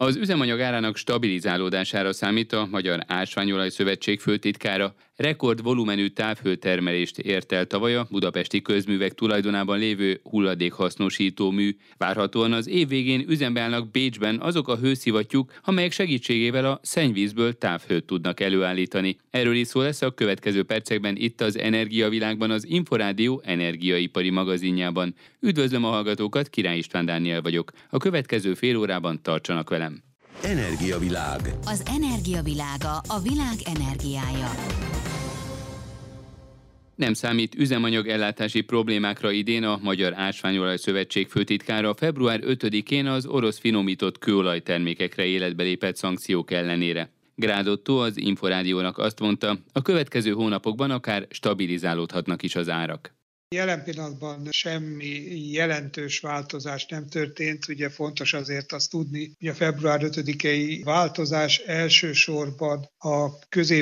Az üzemanyag árának stabilizálódására számít a Magyar Ásványolaj Szövetség főtitkára. Rekord volumenű távhőtermelést ért el tavaly a budapesti közművek tulajdonában lévő hulladékhasznosító mű. Várhatóan az év végén üzembe állnak Bécsben azok a hőszivattyúk, amelyek segítségével a szennyvízből távhőt tudnak előállítani. Erről is szó lesz a következő percekben itt az Energiavilágban, az Inforádió energiaipari magazinjában. Üdvözlöm a hallgatókat, Király István Dániel vagyok. A következő fél órában tartsanak velem. Energiavilág. Az energiavilága, a világ energiája. Nem számít üzemanyag ellátási problémákra idén a Magyar Ásványolaj Szövetség főtitkára február 5-én az orosz finomított kőolajtermékekre életbe lépett szankciók ellenére. Grád Ottó az Inforádiónak azt mondta, a következő hónapokban akár stabilizálódhatnak is az árak. Jelen pillanatban semmi jelentős változás nem történt, ugye fontos azért azt tudni, hogy a február 5-i változás elsősorban a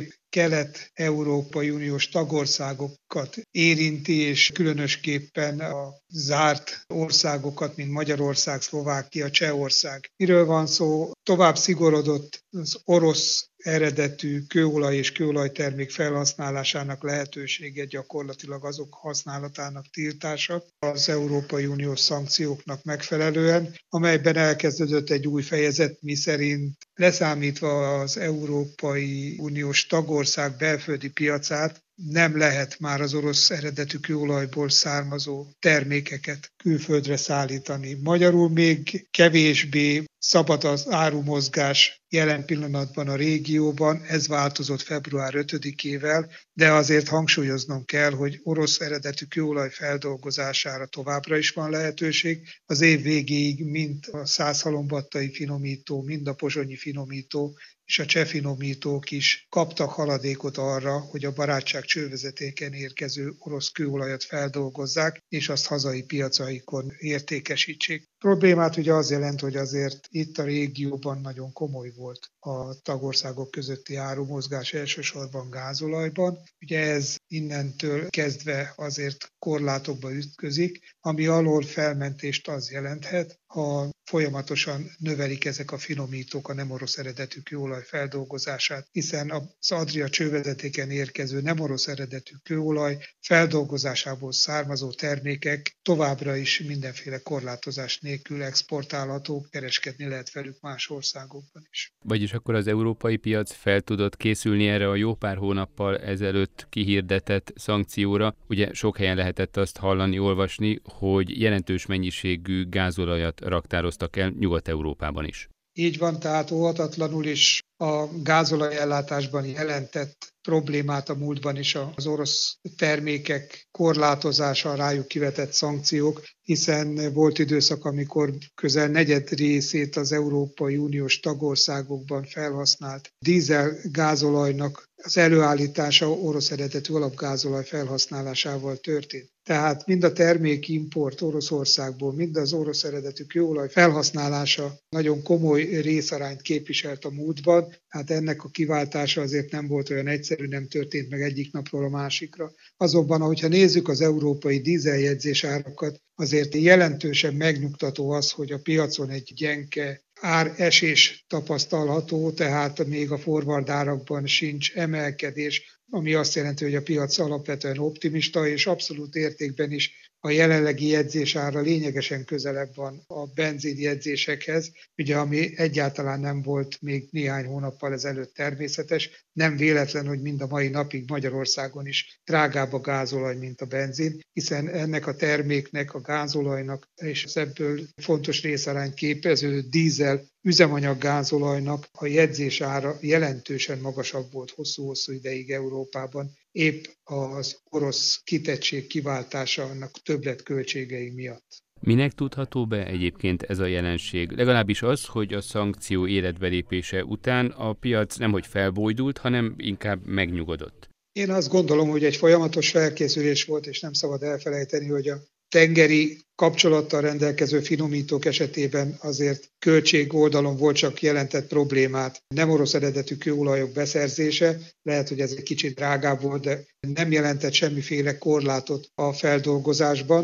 közép-kelet-európai uniós tagországokat érinti, és különösképpen a zárt országokat, mint Magyarország, Szlovákia, Csehország. Miről van szó? Tovább szigorodott az orosz eredetű kőolaj és kőolajtermék felhasználásának lehetősége, gyakorlatilag azok használatának tiltása az Európai Uniós szankcióknak megfelelően, amelyben elkezdődött egy új fejezet, miszerint leszámítva az Európai Uniós tagország belföldi piacát, nem lehet már az orosz eredetű kőolajból származó termékeket külföldre szállítani. Magyarul még kevésbé szabad az árumozgás jelen pillanatban a régióban, ez változott február 5-ével, de azért hangsúlyoznom kell, hogy orosz eredetű kőolaj feldolgozására továbbra is van lehetőség. Az év végéig mind a Szászhalombattai finomító, mind a pozsonyi finomító és a cseh finomítók is kaptak haladékot arra, hogy a barátság csővezetéken érkező orosz kőolajat feldolgozzák, és azt hazai piacaikon értékesítsék. Problémát ugye az jelent, hogy azért itt a régióban nagyon komoly volt a tagországok közötti árumozgás, elsősorban gázolajban. Ugye ez innentől kezdve azért korlátokba ütközik, ami alól felmentést az jelenthet, ha folyamatosan növelik ezek a finomítók a nem orosz eredetű kőolaj feldolgozását, hiszen az Adria csővezetéken érkező nem orosz eredetű kőolaj feldolgozásából származó termékek továbbra is mindenféle korlátozás nélkül exportálhatók, kereskedni lehet velük más országokban is. Vagyis akkor az európai piac fel tudott készülni erre a jó pár hónappal ezelőtt kihirdetett szankcióra. Ugye sok helyen lehetett azt hallani, olvasni, hogy jelentős mennyiségű gázolajat raktároztak el Nyugat-Európában is. Így van, tehát óhatatlanul is a gázolajellátásban jelentett problémát a múltban is az orosz termékek korlátozása, rájuk kivetett szankciók, hiszen volt időszak, amikor közel negyed részét az Európai Uniós tagországokban felhasznált dízel gázolajnak az előállítása orosz eredetű alapgázolaj felhasználásával történt. Tehát mind a termékimport Oroszországból, mind az orosz eredetű kőolaj felhasználása nagyon komoly részarányt képviselt a múltban, hát ennek a kiváltása azért nem volt olyan egyszerű, nem történt meg egyik napról a másikra. Azonban, ahogyha nézzük az európai dízeljegyzés árakat, azért jelentősen megnyugtató az, hogy a piacon egy gyenge áresés tapasztalható, tehát még a forward árakban sincs emelkedés, ami azt jelenti, hogy a piac alapvetően optimista, és abszolút értékben is a jelenlegi jegyzésára lényegesen közelebb van a benzinjegyzésekhez, ugye ami egyáltalán nem volt még néhány hónappal ezelőtt természetes. Nem véletlen, hogy mind a mai napig Magyarországon is drágább a gázolaj, mint a benzin, hiszen ennek a terméknek, a gázolajnak és az ebből fontos részarányt képező dízel üzemanyag gázolajnak a jegyzésára jelentősen magasabb volt hosszú-hosszú ideig Európában, épp az orosz kitettség kiváltása annak többletköltségei miatt. Minek tudható be egyébként ez a jelenség? Legalábbis az, hogy a szankció életbelépése után a piac nemhogy felbojdult, hanem inkább megnyugodott. Én azt gondolom, hogy egy folyamatos felkészülés volt, és nem szabad elfelejteni, hogy a tengeri kapcsolattal rendelkező finomítók esetében azért költség oldalon volt, csak jelentett problémát. Nem orosz eredetű kőolajok beszerzése, lehet, hogy ez egy kicsit drágább volt, de nem jelentett semmiféle korlátot a feldolgozásban.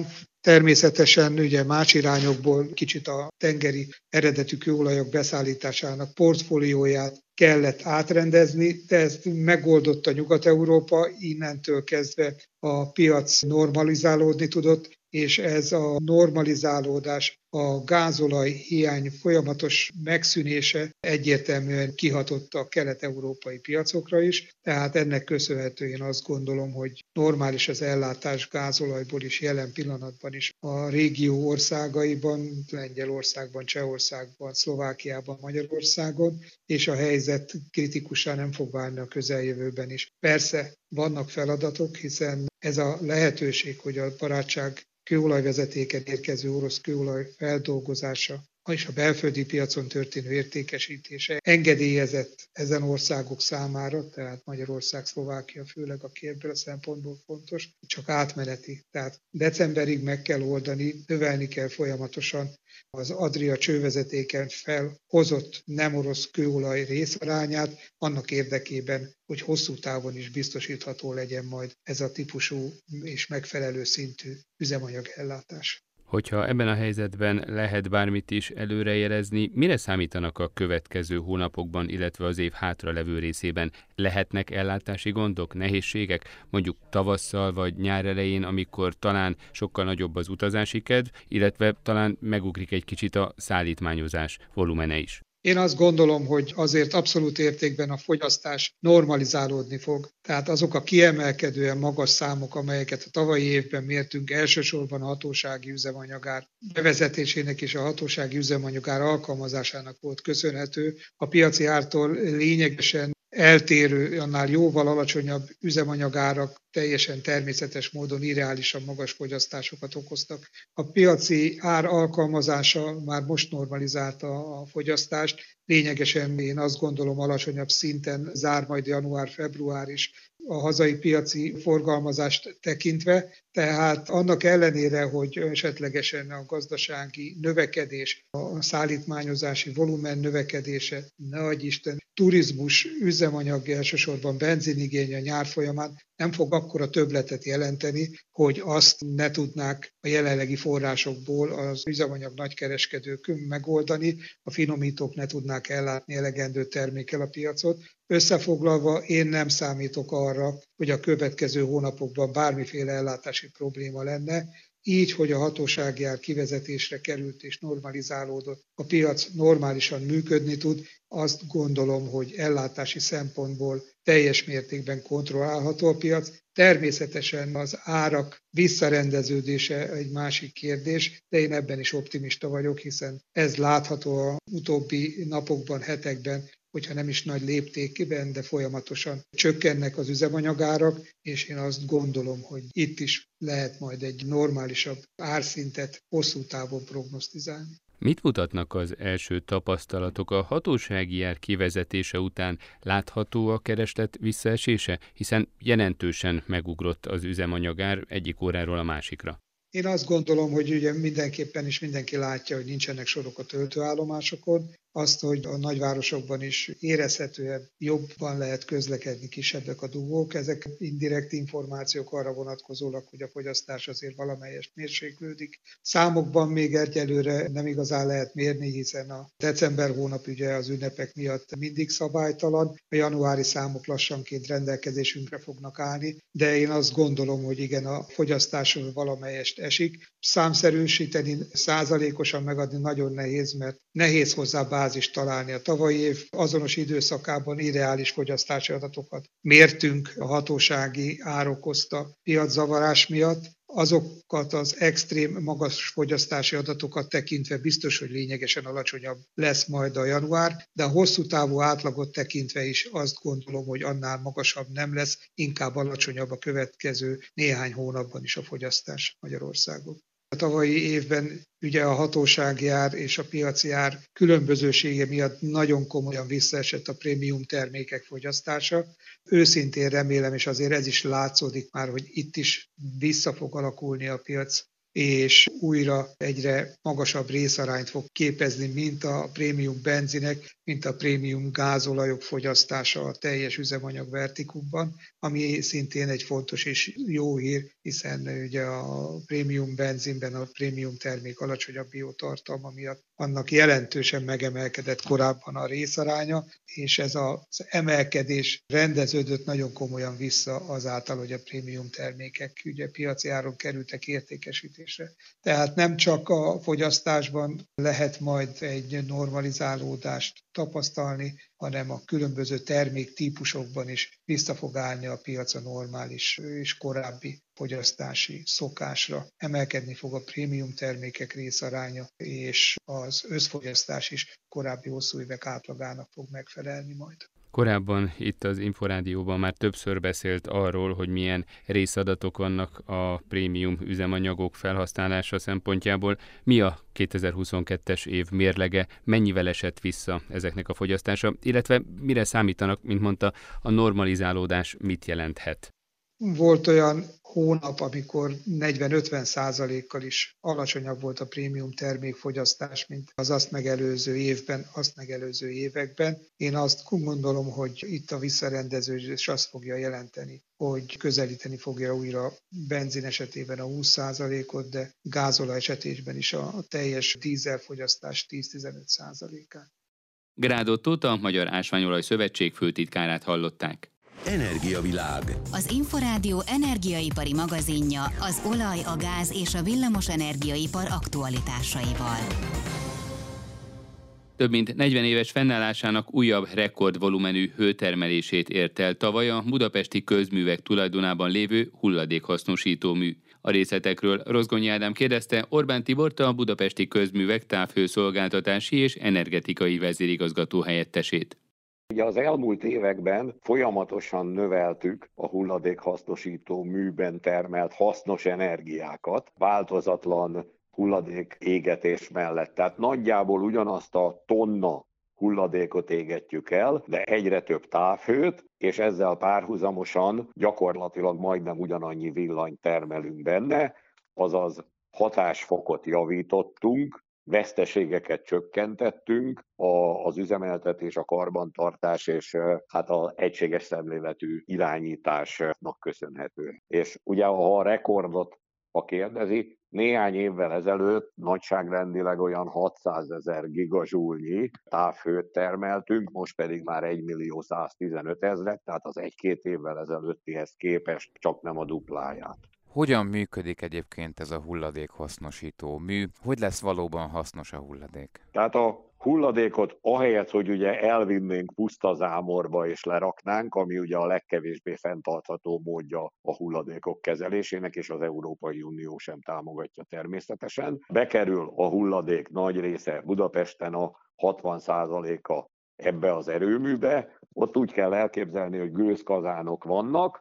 Természetesen ugye más irányokból kicsit a tengeri eredetű kőolajok beszállításának portfólióját kellett átrendezni, de ezt megoldotta Nyugat-Európa, innentől kezdve a piac normalizálódni tudott, és ez a normalizálódás, a gázolaj hiány folyamatos megszűnése egyértelműen kihatott a kelet-európai piacokra is, tehát ennek köszönhető én azt gondolom, hogy normális az ellátás gázolajból is jelen pillanatban is a régió országaiban, Lengyelországban, Csehországban, Szlovákiában, Magyarországon, és a helyzet kritikusan nem fog válni a közeljövőben is. Persze vannak feladatok, hiszen ez a lehetőség, hogy a barátság kőolajvezetéken érkező orosz kőolaj feldolgozása és a belföldi piacon történő értékesítése engedélyezett ezen országok számára, tehát Magyarország, Szlovákia főleg, aki ebből a szempontból fontos, csak átmeneti. Tehát decemberig meg kell oldani, növelni kell folyamatosan az Adria csővezetéken felhozott nem orosz kőolaj részarányát, annak érdekében, hogy hosszú távon is biztosítható legyen majd ez a típusú és megfelelő szintű üzemanyagellátás. Hogyha ebben a helyzetben lehet bármit is előrejelezni, mire számítanak a következő hónapokban, illetve az év hátralevő részében? Lehetnek ellátási gondok, nehézségek, mondjuk tavasszal vagy nyár elején, amikor talán sokkal nagyobb az utazási kedv, illetve talán megugrik egy kicsit a szállítmányozás volumene is? Én azt gondolom, hogy azért abszolút értékben a fogyasztás normalizálódni fog. Tehát azok a kiemelkedően magas számok, amelyeket a tavalyi évben mértünk, elsősorban a hatósági üzemanyagár bevezetésének és a hatósági üzemanyagár alkalmazásának volt köszönhető. A piaci ártól lényegesen eltérő, annál jóval alacsonyabb üzemanyagárak teljesen természetes módon irreálisan magas fogyasztásokat okoztak. A piaci ár alkalmazása már most normalizálta a fogyasztást, lényegesen én azt gondolom alacsonyabb szinten zár majd január-február is a hazai piaci forgalmazást tekintve, tehát annak ellenére, hogy esetlegesen a gazdasági növekedés, a szállítmányozási volumen növekedése, ne adj Isten, turizmus, üzemanyag, elsősorban benzinigény a nyár folyamán nem fog akkora többletet jelenteni, hogy azt ne tudnák a jelenlegi forrásokból az üzemanyag nagykereskedők megoldani, a finomítók ne tudnák ellátni elegendő termékkel a piacot. Összefoglalva én nem számítok arra, hogy a következő hónapokban bármiféle ellátási probléma lenne, így, hogy a hatósági ár kivezetésre került és normalizálódott, a piac normálisan működni tud, azt gondolom, hogy ellátási szempontból teljes mértékben kontrollálható a piac. Természetesen az árak visszarendeződése egy másik kérdés, de én ebben is optimista vagyok, hiszen ez látható a utóbbi napokban, hetekben, hogyha nem is nagy léptékben, de folyamatosan csökkennek az üzemanyagárak, és én azt gondolom, hogy itt is lehet majd egy normálisabb árszintet hosszú távon prognosztizálni. Mit mutatnak az első tapasztalatok a hatósági ár kivezetése után? Látható a kereslet visszaesése, hiszen jelentősen megugrott az üzemanyagár egyik óráról a másikra. Én azt gondolom, hogy ugye mindenképpen is mindenki látja, hogy nincsenek sorok a töltőállomásokon, azt, hogy a nagyvárosokban is érezhetően jobban lehet közlekedni, kisebbek a dugók. Ezek indirekt információk arra vonatkozólag, hogy a fogyasztás azért valamelyest mérséklődik. Számokban még egyelőre nem igazán lehet mérni, hiszen a december hónap ugye az ünnepek miatt mindig szabálytalan. A januári számok lassanként rendelkezésünkre fognak állni, de én azt gondolom, hogy igen, a fogyasztás valamelyest esik. Számszerűsíteni, százalékosan megadni nagyon nehéz, mert nehéz hozzá bázist találni. A tavalyi év azonos időszakában irreális fogyasztási adatokat mértünk a hatósági ár okozta piaczavarás miatt. Azokat az extrém magas fogyasztási adatokat tekintve biztos, hogy lényegesen alacsonyabb lesz majd a január, de a hosszú távú átlagot tekintve is azt gondolom, hogy annál magasabb nem lesz, inkább alacsonyabb a következő néhány hónapban is a fogyasztás Magyarországon. A tavalyi évben ugye a hatósági ár és a piaci ár különbözősége miatt nagyon komolyan visszaesett a prémium termékek fogyasztása. Őszintén remélem, és azért ez is látszódik már, hogy itt is vissza fog alakulni a piac, és újra egyre magasabb részarányt fog képezni, mint a prémium benzinek, mint a prémium gázolajok fogyasztása a teljes üzemanyag vertikumban, ami szintén egy fontos és jó hír, hiszen ugye a prémium benzinben a prémium termék alacsonyabb biotartalma miatt annak jelentősen megemelkedett korábban a részaránya, és ez az emelkedés rendeződött nagyon komolyan vissza azáltal, hogy a prémium termékek ugye piaci áron kerültek értékesítésre. Tehát nem csak a fogyasztásban lehet majd egy normalizálódást tapasztalni, hanem a különböző terméktípusokban is vissza fog állni a piac a normális és korábbi fogyasztási szokásra. Emelkedni fog a prémium termékek részaránya, és az összfogyasztás is korábbi hosszú évek átlagának fog megfelelni majd. Korábban itt az Inforádióban már többször beszélt arról, hogy milyen részadatok vannak a prémium üzemanyagok felhasználása szempontjából. Mi a 2022-es év mérlege, mennyivel esett vissza ezeknek a fogyasztása, illetve mire számítanak, mint mondta, a normalizálódás mit jelenthet? Volt olyan hónap, amikor 40-50%-kal is alacsonyabb volt a prémium termékfogyasztás, mint az azt megelőző évben, azt megelőző években. Én azt gondolom, hogy itt a visszarendeződés azt fogja jelenteni, hogy közelíteni fogja újra benzin esetében a 20%-ot, de gázolaj esetében is a teljes dízelfogyasztás 10-15%-át. Grád Ottót, a Magyar Ásványolaj Szövetség főtitkárát hallották. Energiavilág. Az Inforádió energiaipari magazinja az olaj, a gáz és a villamos energiaipar aktualitásaival. Több mint 40 éves fennállásának újabb rekordvolumenű hőtermelését ért el tavaly a budapesti közművek tulajdonában lévő hulladékhasznosító mű. A részletekről Rozgonyi Ádám kérdezte Orbán Tibort, a Budapesti Közművek távhőszolgáltatási és energetikai vezérigazgató helyettesét. Ugye az elmúlt években folyamatosan növeltük a hulladékhasznosító műben termelt hasznos energiákat, változatlan hulladék égetés mellett. Tehát nagyjából ugyanazt a tonna hulladékot égetjük el, de egyre több távhőt, és ezzel párhuzamosan gyakorlatilag majdnem ugyanannyi villanyt termelünk benne, azaz hatásfokot javítottunk, veszteségeket csökkentettünk, az üzemeltetés, a karbantartás és hát az egységes szemléletű irányításnak köszönhető. És ugye ha a rekordot kérdezi, néhány évvel ezelőtt nagyságrendileg olyan 600 000 gigazsúlnyi távhőt termeltünk, most pedig már 1.115.000, tehát az 1-2 évvel ezelőttihez képest csak nem a dupláját. Hogyan működik egyébként ez a hulladékhasznosító mű? Hogy lesz valóban hasznos a hulladék? Tehát a hulladékot ahelyett, hogy ugye elvinnénk puszta zámorba és leraknánk, ami ugye a legkevésbé fenntartható módja a hulladékok kezelésének, és az Európai Unió sem támogatja természetesen. Bekerül a hulladék nagy része, Budapesten a 60%-a ebbe az erőműbe. Ott úgy kell elképzelni, hogy gőzkazánok vannak,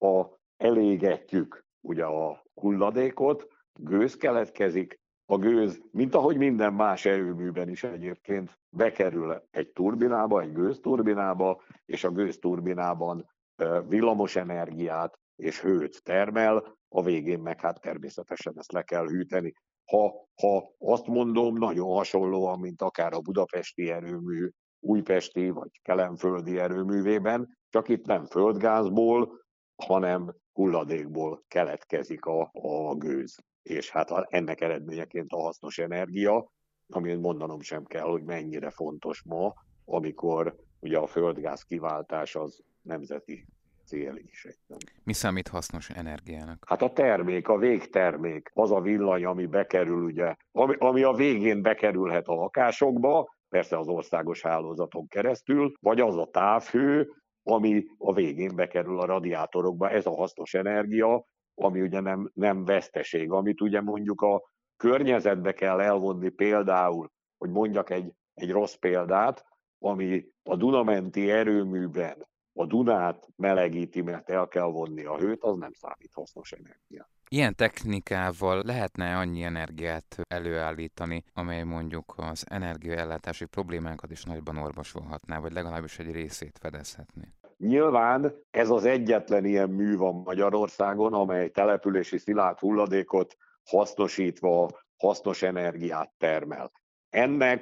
elégetjük ugye a hulladékot, gőz keletkezik, a gőz, mint ahogy minden más erőműben is egyébként, bekerül egy turbinába, egy gőzturbinába, és a gőzturbinában villamos energiát és hőt termel, a végén meg hát természetesen ezt le kell hűteni. Ha azt mondom, nagyon hasonlóan, mint akár a budapesti erőmű, újpesti vagy kelenföldi erőművében, csak itt nem földgázból, hanem hulladékból keletkezik a gőz. És hát ennek eredményeként a hasznos energia, amit mondanom sem kell, hogy mennyire fontos ma, amikor ugye a földgáz kiváltás az nemzeti cél is egyben. Mi számít hasznos energiának? Hát a termék, a végtermék, az a villany, ami bekerül, ugye, ami a végén bekerülhet a lakásokba, persze az országos hálózaton keresztül, vagy az a távhő, ami a végén bekerül a radiátorokba, ez a hasznos energia, ami ugye nem veszteség, amit ugye mondjuk a környezetbe kell elvonni például, hogy mondjak egy rossz példát, ami a Duna-menti erőműben a Dunát melegíti, mert el kell vonni a hőt, az nem számít hasznos energia. Ilyen technikával lehetne annyi energiát előállítani, amely mondjuk az energiaellátási problémákat is nagyban orvosolhatná, vagy legalábbis egy részét fedezhetné? Nyilván ez az egyetlen ilyen mű van Magyarországon, amely települési szilárd hulladékot hasznosítva hasznos energiát termel. Ennek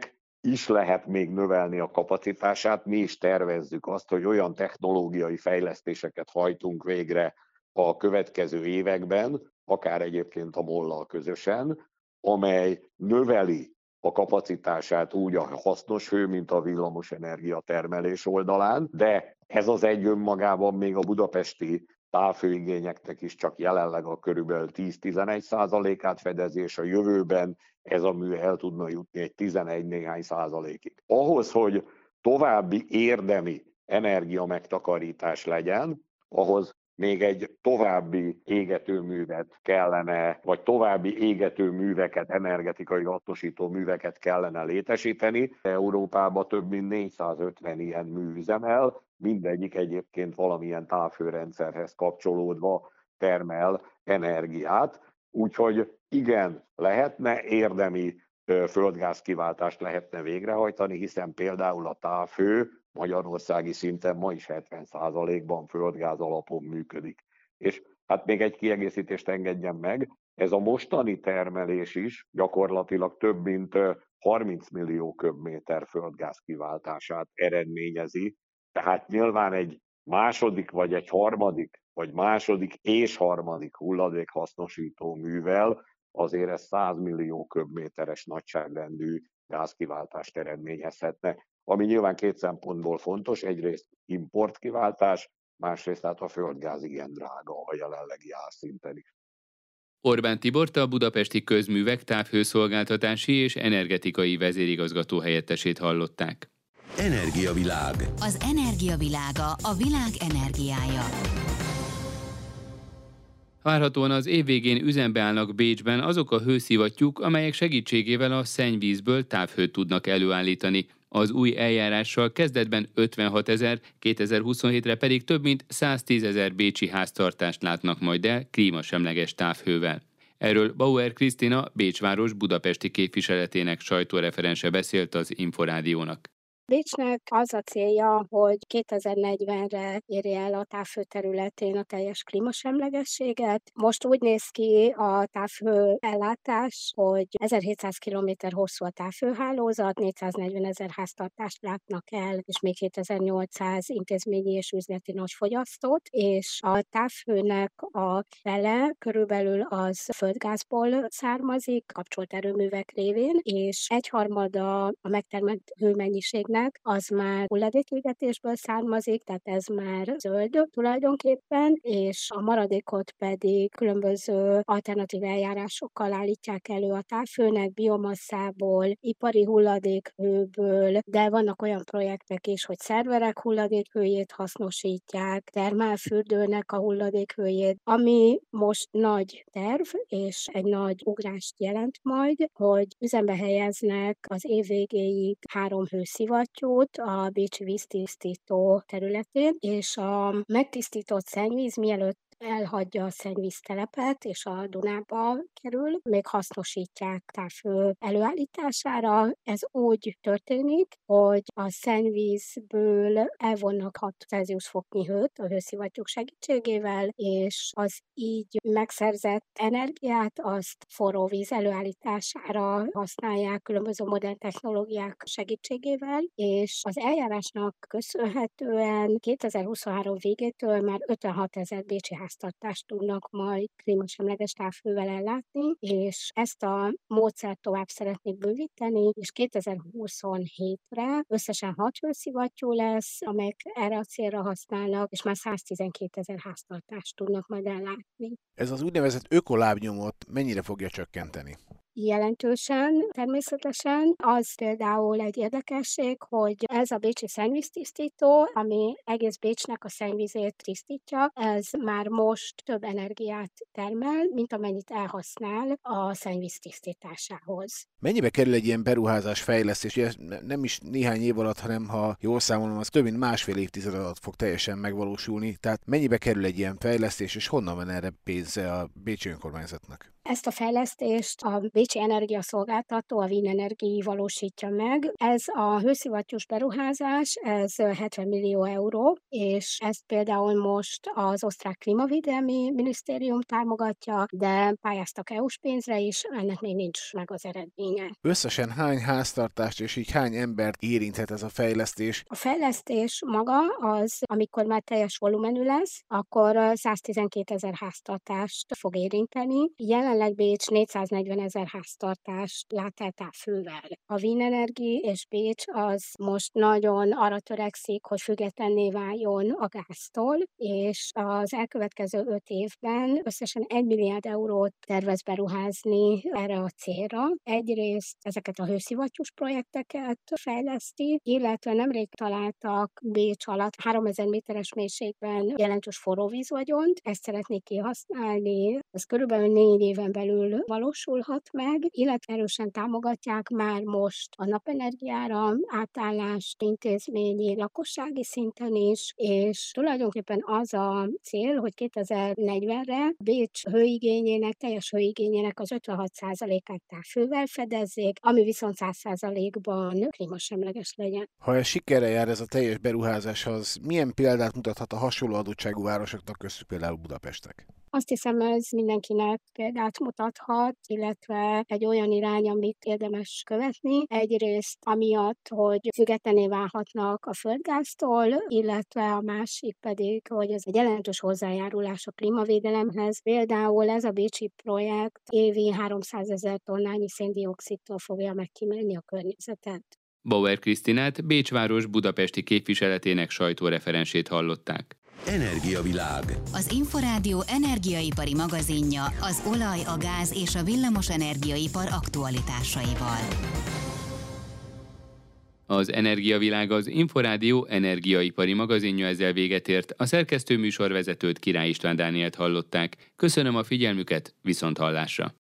is lehet még növelni a kapacitását. Mi is tervezzük azt, hogy olyan technológiai fejlesztéseket hajtunk végre a következő években, akár egyébként a MOL-lal közösen, amely növeli a kapacitását úgy a hasznos hő, mint a villamosenergia termelés oldalán, de ez az egy önmagában még a budapesti távhőigényeknek is csak jelenleg a körülbelül 10-11%-át fedezi, és a jövőben ez a mű el tudna jutni egy 11 néhány százalékig. Ahhoz, hogy további érdemi energia megtakarítás legyen, ahhoz még egy további égetőművet kellene, vagy további égetőműveket, energetikai hasznosító műveket kellene létesíteni. Európában több mint 450 ilyen mű üzemel, mindegyik egyébként valamilyen távhőrendszerhez kapcsolódva termel energiát. Úgyhogy igen, lehetne érdemi földgázkiváltást lehetne végrehajtani, hiszen például a távhő magyarországi szinten ma is 70%-ban földgáz alapon működik. És hát még egy kiegészítést engedjen meg, ez a mostani termelés is gyakorlatilag több mint 30 millió köbméter földgáz kiváltását eredményezi, tehát nyilván egy második vagy egy harmadik, vagy második és harmadik hulladékhasznosító művel azért ez 100 millió köbméteres nagyságrendű gázkiváltást eredményezhetne, ami nyilván két szempontból fontos, egyrészt importkiváltás, másrészt hát a földgáz igen drága a jelenlegi árszinten is. Orbán Tibort, a Budapesti Közművek távhőszolgáltatási és energetikai vezérigazgató helyettesét hallották. Energiavilág. Az energia világa, a világ energiája. Várhatóan az év végén üzembe állnak Bécsben azok a hőszivattyúk, amelyek segítségével a szennyvízből távhőt tudnak előállítani. Az új eljárással kezdetben 56 000, 2027-re pedig több mint 110 000 bécsi háztartást látnak majd el klímasemleges távhővel. Erről Bauer Krisztina, Bécs város budapesti képviseletének sajtóreferense beszélt az Inforádiónak. Bécsnek az a célja, hogy 2040-re érje el a távhő területén a teljes klímasemlegességet. Most úgy néz ki a távhő ellátás, hogy 1700 km hosszú a távhőhálózat, 440 000 háztartást látnak el, és még 7800 intézményi és üzleti nagyfogyasztót, és a távhőnek a fele körülbelül az földgázból származik, kapcsolt erőművek révén, és egyharmada a megtermelt hőmennyiségnek az már hulladékégetésből származik, tehát ez már zöld tulajdonképpen, és a maradékot pedig különböző alternatív eljárásokkal állítják elő a távhőnek, biomasszából, ipari hulladékhőből, de vannak olyan projektek is, hogy szerverek hulladékhőjét hasznosítják, termálfürdőnek a hulladékhőjét, ami most nagy terv, és egy nagy ugrást jelent majd, hogy üzembe helyeznek az év végéig 3 hőszivattyút a bécsi víztisztító területén, és a megtisztított szennyvíz mielőtt elhagyja a szennyvíztelepet, és a Dunába kerül, még hasznosítják távhő előállítására. Ez úgy történik, hogy a szennyvízből elvonnak 6 Celsius foknyi hőt a hőszivattyúk segítségével, és az így megszerzett energiát azt forró víz előállítására használják különböző modern technológiák segítségével, és az eljárásnak köszönhetően 2023 végétől már 56 000 bécsi háztartást tudnak majd klímasemleges távhővel ellátni, és ezt a módszert tovább szeretnék bővíteni, és 2027-re összesen 6 hőszivattyú lesz, amelyek erre a célra használnak, és már 112 000 háztartást tudnak majd ellátni. Ez az úgynevezett ökolábnyomot mennyire fogja csökkenteni? Jelentősen, természetesen. Az például egy érdekesség, hogy ez a bécsi szennyvíztisztító, ami egész Bécsnek a szennyvízét tisztítja, ez már most több energiát termel, mint amennyit elhasznál a szennyvíz tisztításához. Mennyibe kerül egy ilyen beruházás fejlesztés? Ugye nem is néhány év alatt, hanem ha jól számolom, az több mint másfél évtized alatt fog teljesen megvalósulni. Tehát mennyibe kerül egy ilyen fejlesztés, és honnan van erre pénze a bécsi önkormányzatnak? Ezt a fejlesztést a bécsi energiaszolgáltató, a Wien Energie valósítja meg. Ez a hőszivattyús beruházás, ez 70 millió euró, és ezt például most az osztrák klímavédelmi minisztérium támogatja, de pályáztak EU-s pénzre is, ennek még nincs meg az eredménye. Összesen hány háztartást és így hány embert érinthet ez a fejlesztés? A fejlesztés maga az, amikor már teljes volumenű lesz, akkor 112 000 háztartást fog érinteni. Jelenleg Bécs 440 000 háztartást lát el távhővel. A Wien Energie és Bécs az most nagyon arra törekszik, hogy függetlenné váljon a gáztól, és az elkövetkező 5 évben összesen 1 milliárd eurót tervez beruházni erre a célra. Egyrészt ezeket a hőszivattyús projekteket fejleszti, illetve nemrég találtak Bécs alatt 3000 méteres mélységben jelentős forróvízvagyont, ezt szeretnék kihasználni, ez körülbelül 4 éven belül valósulhat meg, illetve erősen támogatják már most a napenergiára átállást intézményi, lakossági szinten is, és tulajdonképpen az a cél, hogy 2040-re Bécs teljes hőigényének az 56%-át távhővel fedezzék, ami viszont 100%-ban klímasemleges legyen. Ha ez sikerrel jár ez a teljes beruházás, az milyen példát mutathat a hasonló adottságú városoknak, köztük például Budapestnek? Azt hiszem, ez mindenkinek példát mutathat, illetve egy olyan irány, amit érdemes követni. Egyrészt amiatt, hogy függetlenné válhatnak a földgáztól, illetve a másik pedig, hogy ez egy jelentős hozzájárulás a klímavédelemhez. Például ez a bécsi projekt évi 300 000 tonnányi szén-dioxidtól fogja megkímélni a környezetet. Bauer Krisztinát, Bécs város budapesti képviseletének sajtóreferensét hallották. Energiavilág. Az Inforádió energiaipari magazinja az olaj, a gáz és a villamos energiaipar aktualitásaival. Az Energiavilág az Inforádió energiaipari magazinja ezzel véget ért. A szerkesztő műsorvezetőt, Király István Dánielt hallották. Köszönöm a figyelmüket, viszonthallásra!